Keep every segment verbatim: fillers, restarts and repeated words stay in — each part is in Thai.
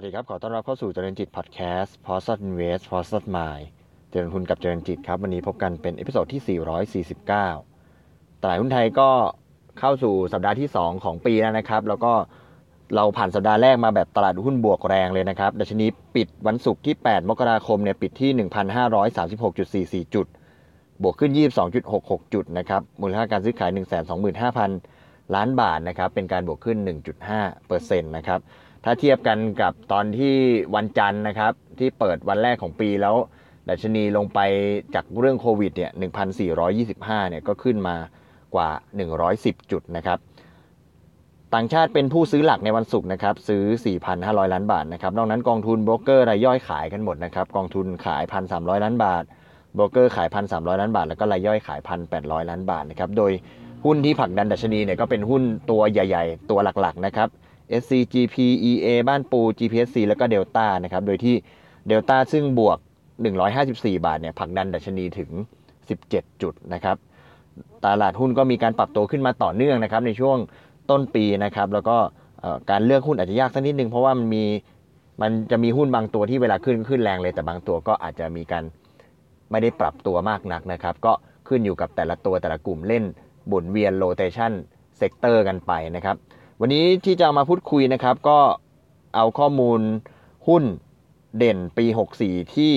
ดีครับขอต้อนรับเข้าสู่เจริญจิตพอดแคสต์ Positive Invest Positive Mind เจริญทุนกับเจริญจิตครับวันนี้พบกันเป็นเอพิโซดที่สี่ร้อยสี่สิบเก้าตลาดหุ้นไทยก็เข้าสู่สัปดาห์ที่สองของปีแล้วนะครับแล้วก็เราผ่านสัปดาห์แรกมาแบบตลาดหุ้นบวกแรงเลยนะครับดัชนีปิดวันศุกร์ที่แปดมกราคมเนี่ยปิดที่ หนึ่งพันห้าร้อยสามสิบหกจุดสี่สี่ จุดบวกขึ้น ยี่สิบสองจุดหกหก จุดนะครับมูลค่าการซื้อขาย หนึ่งแสนสองหมื่นห้าพัน ล้านบาทนะครับเป็นการบวกขึ้น หนึ่งจุดห้าเปอร์เซ็นต์ นะครับถ้าเทียบกันกับตอนที่วันจันทร์นะครับที่เปิดวันแรกของปีแล้วดัชนีลงไปจากเรื่องโควิดเนี่ย หนึ่งพันสี่ร้อยยี่สิบห้า เนี่ยก็ขึ้นมากว่าหนึ่งร้อยสิบจุดนะครับต่างชาติเป็นผู้ซื้อหลักในวันศุกร์นะครับซื้อ สี่พันห้าร้อย ล้านบาทนะครับนอกนั้นกองทุนโบรกเกอร์รายย่อยขายกันหมดนะครับกองทุนขาย หนึ่งพันสามร้อย ล้านบาทโบรกเกอร์ขาย หนึ่งพันสามร้อย ล้านบาทแล้วก็รายย่อยขาย หนึ่งพันแปดร้อย ล้านบาทนะครับโดยหุ้นที่ผลักดันดัชนีเนี่ยก็เป็นหุ้นตัวใหญ่ๆตัวหลักๆนะครับ เอส ซี จี พี อี เอ บ้านปู จี พี เอส ซี แล้วก็ Delta นะครับโดยที่ Delta ซึ่งบวกหนึ่งร้อยห้าสิบสี่บาทเนี่ยผลักดันดัชนีถึงสิบเจ็ดจุดนะครับตลาดหุ้นก็มีการปรับตัวขึ้นมาต่อเนื่องนะครับในช่วงต้นปีนะครับแล้วก็การเลือกหุ้นอาจจะยากสักนิดนึงเพราะว่ามันมีมันจะมีหุ้นบางตัวที่เวลาขึ้นขึ้นแรงเลยแต่บางตัวก็อาจจะมีการไม่ได้ปรับตัวมากนักนะครับก็ขึ้นอยู่กับแต่ละตัวแต่ละกลุ่มเล่นหมุนเวียน rotation sector กันไปนะครับวันนี้ที่จะมาพูดคุยนะครับก็เอาข้อมูลหุ้นเด่นปีหกสิบสี่ที่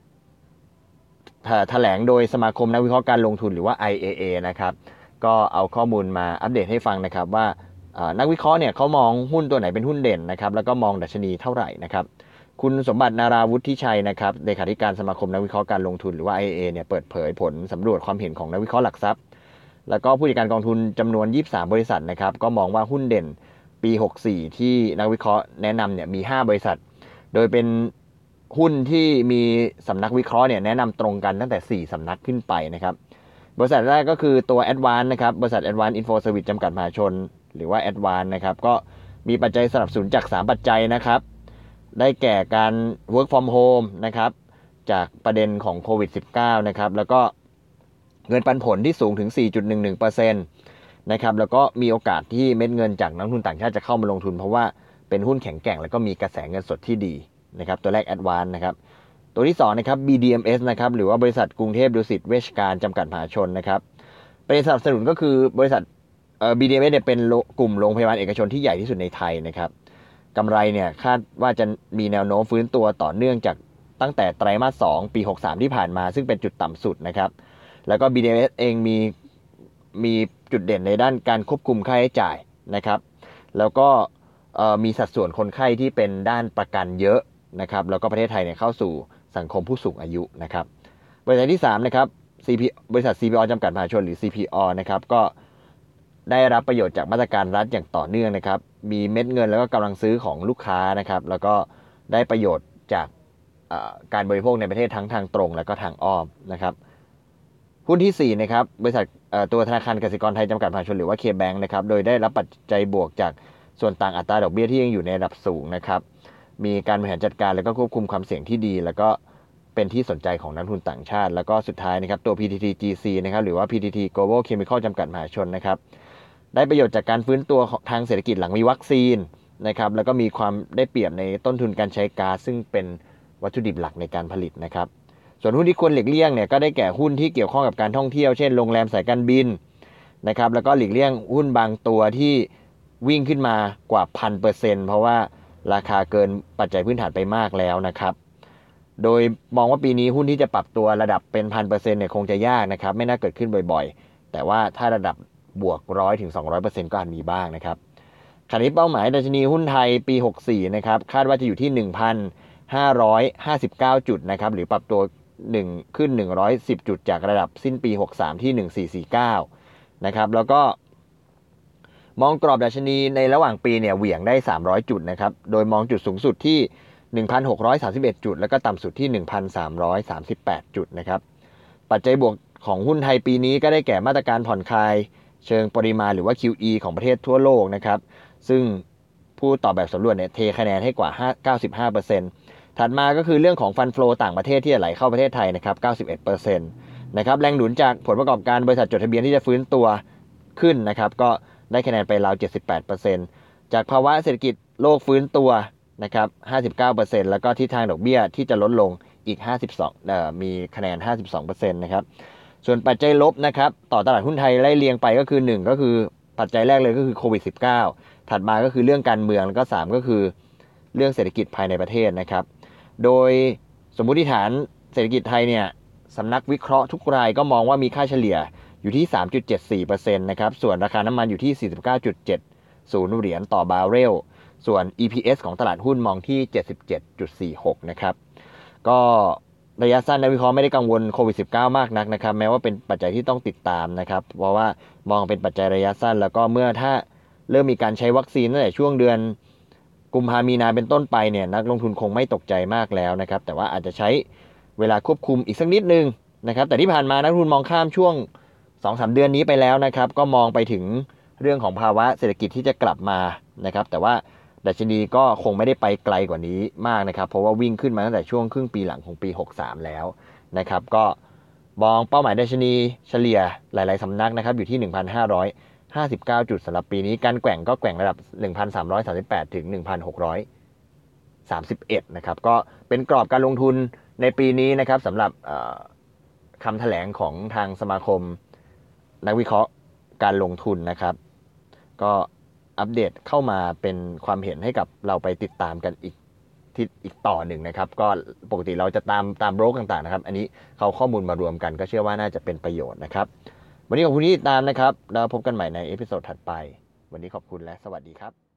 แถลงโดยสมาคมนักวิเคราะห์การลงทุนหรือว่า ไอ เอ เอ นะครับก็เอาข้อมูลมาอัปเดตให้ฟังนะครับว่านักวิเคราะห์เนี่ยเขามองหุ้นตัวไหนเป็นหุ้นเด่นนะครับแล้วก็มองดัชนีเท่าไหร่นะครับคุณสมบัตินาราวุฒิชัยนะครับเลขาธิการสมาคมนักวิเคราะห์การลงทุนหรือว่า ไอ เอ เอ เนี่ยเปิดเผยผลสำรวจความเห็นของนักวิเคราะห์หลักทรัพย์แล้วก็ผู้จัดการกองทุนจำนวนยี่สิบสามบริษัทนะครับก็มองว่าหุ้นเด่นปีหกสิบสี่ที่นักวิเคราะห์แนะนำเนี่ยมีห้าบริษัทโดยเป็นหุ้นที่มีสำนักวิเคราะห์เนี่ยแนะนำตรงกันตั้งแต่สี่สำนักขึ้นไปนะครับบริษัทแรกก็คือตัว Advance นะครับบริษัท Advance Info Service จำกัดมหาชนหรือว่า Advance นะครับก็มีปัจจัยสนับสนุนจากสามปัจจัยนะครับได้แก่การ work from home นะครับจากประเด็นของโควิด สิบเก้า นะครับแล้วก็เงินปันผลที่สูงถึง สี่จุดหนึ่งหนึ่งเปอร์เซ็นต์ นะครับแล้วก็มีโอกาสที่เม็ดเงินจากนักลงทุนต่างชาติจะเข้ามาลงทุนเพราะว่าเป็นหุ้นแข็งแกร่งแล้วก็มีกระแสเงินสดที่ดีนะครับตัวแรก Advance นะครับตัวที่สองนะครับ บี ดี เอ็ม เอส นะครับหรือว่าบริษัทกรุงเทพดุสิตเวชการจำกัดมหาชนนะครับประเด็นสนับสนุนก็คือบริษัทเอ่อ บี ดี เอ็ม เอส เนี่ยเป็นกลุ่มโรงพยาบาลเอกชนที่ใหญ่ที่สุดในไทยนะครับกำไรเนี่ยคาดว่าจะมีแนวโน้มฟื้นตัวต่อเนื่องจากตั้งแต่ไตรมาสสองปีหกสิบสามที่ผ่านมาซึ่งเป็นจุดต่ำสุดนะครับแล้วก็ บี ดี เอ็ม เอส เองมีมีจุดเด่นในด้านการควบคุมค่าใช้จ่ายนะครับแล้วก็มีสัดส่วนคนไข้ที่เป็นด้านประกันเยอะนะครับแล้วก็ประเทศไทยเนี่ยเข้าสู่สังคมผู้สูงอายุนะครับบริษัทที่สามนะครับ ซี พี บริษัท ซี พี ออ จำกัดมหาชนหรือ ซี พี ออ นะครับก็ได้รับประโยชน์จากมาตรการรัฐอย่างต่อเนื่องนะครับมีเม็ดเงินแล้วก็กำลังซื้อของลูกค้านะครับแล้วก็ได้ประโยชน์จากการบริโภคในประเทศทั้งทางตรงและก็ทางอ้อมนะครับหุ้นที่สี่นะครับบริษัทตัวธนาคารกสิกรไทยจำกัดมหาชนหรือว่า K-Bank นะครับโดยได้รับปัจจัยบวกจากส่วนต่างอัตราดอกเบี้ยที่ยังอยู่ในระดับสูงนะครับมีการบริหารจัดการแล้วก็ควบคุมความเสี่ยงที่ดีแล้วก็เป็นที่สนใจของนักทุนต่างชาติแล้วก็สุดท้ายนะครับตัว พี ที ที จี ซี นะครับหรือว่า พี ที ที Global Chemical จำกัดมหาชนนะครับได้ประโยชน์จากการฟื้นตัวทางเศรษฐกิจหลังมีวัคซีนนะครับแล้วก็มีความได้เปรียบในต้นทุนการใช้ก๊าซซึ่งเป็นวัตถุดิบหลักในการผลิตนะครับส่วนหุ้นที่ควรหลีกเลี่ยงเนี่ยก็ได้แก่หุ้นที่เกี่ยวข้องกับการท่องเที่ยวเช่นโรงแรมสายการบินนะครับแล้วก็หลีกเลี่ยงหุ้นบางตัวที่วิ่งขึ้นมากว่า หนึ่งพันเปอร์เซ็นต์ เพราะว่าราคาเกินปัจจัยพื้นฐานไปมากแล้วนะครับโดยมองว่าปีนี้หุ้นที่จะปรับตัวระดับเป็น หนึ่งพันเปอร์เซ็นต์ เนี่ยคงจะยากนะครับไม่น่าเกิดขึ้นบ่อยๆแต่ว่าถ้าระดับบวกหนึ่งร้อยถึงสองร้อยเปอร์เซ็นต์ ก็อาจมีบ้างนะครับขณะนี้เป้าหมายดัชนีหุ้นไทยปีหกสิบสี่นะครับคาดว่าจะอยู่ที่ หนึ่งพันห้าร้อยห้าสิบเก้า จุดนะครับหรือปรับตัวหนึ่งขึ้นหนึ่งร้อยสิบจุดจากระดับสิ้นปีหกสิบสามที่หนึ่งพันสี่ร้อยสี่สิบเก้านะครับแล้วก็มองกรอบดัชนีในระหว่างปีเนี่ยเหวี่ยงได้สามร้อยจุดนะครับโดยมองจุดสูงสุดที่ หนึ่งพันหกร้อยสามสิบเอ็ด จุดแล้วก็ต่ำสุดที่ หนึ่งพันสามร้อยสามสิบแปด จุดนะครับปัจจัยบวกของหุ้นไทยปีนี้ก็ได้แก่มาตรการผ่อนคลายเชิงปริมาณหรือว่า คิว อี ของประเทศทั่วโลกนะครับซึ่งผู้ตอบแบบสำรวจเนี่ยเทคะแนนให้กว่า เก้าสิบห้าเปอร์เซ็นต์ ถัดมาก็คือเรื่องของฟันโฟลต่างประเทศที่ไหลเข้าประเทศไทยนะครับ เก้าสิบเอ็ดเปอร์เซ็นต์ นะครับแรงหนุนจากผลประกอบการบริษัทจดทะเบียนที่จะฟื้นตัวขึ้นนะครับก็ได้คะแนนไปราว เจ็ดสิบแปดเปอร์เซ็นต์ จากภาวะเศรษฐกิจโลกฟื้นตัวนะครับ ห้าสิบเก้าเปอร์เซ็นต์ แล้วก็ทิศทางดอกเบี้ยที่จะลดลงอีกห้าสิบสองเอ่อมีคะแนน ห้าสิบสองเปอร์เซ็นต์ นะครับส่วนปัจจัยลบนะครับต่อตลาดหุ้นไทยไล่เรียงไปก็คือหนึ่งก็คือปัจจัยแรกเลยก็คือโควิด สิบเก้า ถัดมาก็คือเรื่องการเมืองแล้วก็สามก็คือเรื่องเศรษฐกิจภายในประเทศนะครับโดยสมมุติฐานเศรษฐกิจไทยเนี่ยสำนักวิเคราะห์ทุกรายก็มองว่ามีค่าเฉลี่ยอยู่ที่ สามจุดเจ็ดสี่เปอร์เซ็นต์ นะครับส่วนราคาน้ำมันอยู่ที่ สี่สิบเก้าจุดเจ็ดศูนย์ เหรียญต่อบาร์เรลส่วน อี พี เอส ของตลาดหุ้นมองที่ เจ็ดสิบเจ็ดจุดสี่หก นะครับก็ระยะสั้นนักวิเคราะห์ไม่ได้กังวลโควิด สิบเก้า มากนักนะครับแม้ว่าเป็นปัจจัยที่ต้องติดตามนะครับเพราะว่ามองเป็นปัจจัยระยะสั้นแล้วก็เมื่อถ้าเริ่มมีการใช้วัคซีนตั้งแต่ช่วงเดือนกุมภามีนาเป็นต้นไปเนี่ยนักลงทุนคงไม่ตกใจมากแล้วนะครับแต่ว่าอาจจะใช้เวลาควบคุมอีกสักนิดนึงนะครับแต่ที่ผ่านมานักลงทุนมองข้ามช่วง สองถึงสาม เดือนนี้ไปแล้วนะครับก็มองไปถึงเรื่องของภาวะเศรษฐกิจที่จะกลับมานะครับแต่ว่าดัชนีก็คงไม่ได้ไปไกลกว่านี้มากนะครับเพราะว่าวิ่งขึ้นมาตั้งแต่ช่วงครึ่งปีหลังของปีหกสิบสามแล้วนะครับก็มองเป้าหมายดัชนีเฉลี่ยหลายๆสำนักนะครับอยู่ที่ หนึ่งพันห้าร้อยห้าสิบเก้า จุดสำหรับปีนี้การแกว่งก็แกว่งระดับ หนึ่งพันสามร้อยสามสิบแปด ถึง หนึ่งพันหกร้อยสามสิบเอ็ด นะครับก็เป็นกรอบการลงทุนในปีนี้นะครับสำหรับคำแถลงของทางสมาคมนักวิเคราะห์การลงทุนนะครับก็อัปเดตเข้ามาเป็นความเห็นให้กับเราไปติดตามกันอีกที่อีกต่อหนึ่งนะครับก็ปกติเราจะตามตามโบรกต่างๆนะครับอันนี้เขาข้อมูลมารวมกันก็เชื่อว่าน่าจะเป็นประโยชน์นะครับวันนี้ขอบคุณที่ติดตามนะครับแล้วพบกันใหม่ในเอพิโซดถัดไปวันนี้ขอบคุณและสวัสดีครับ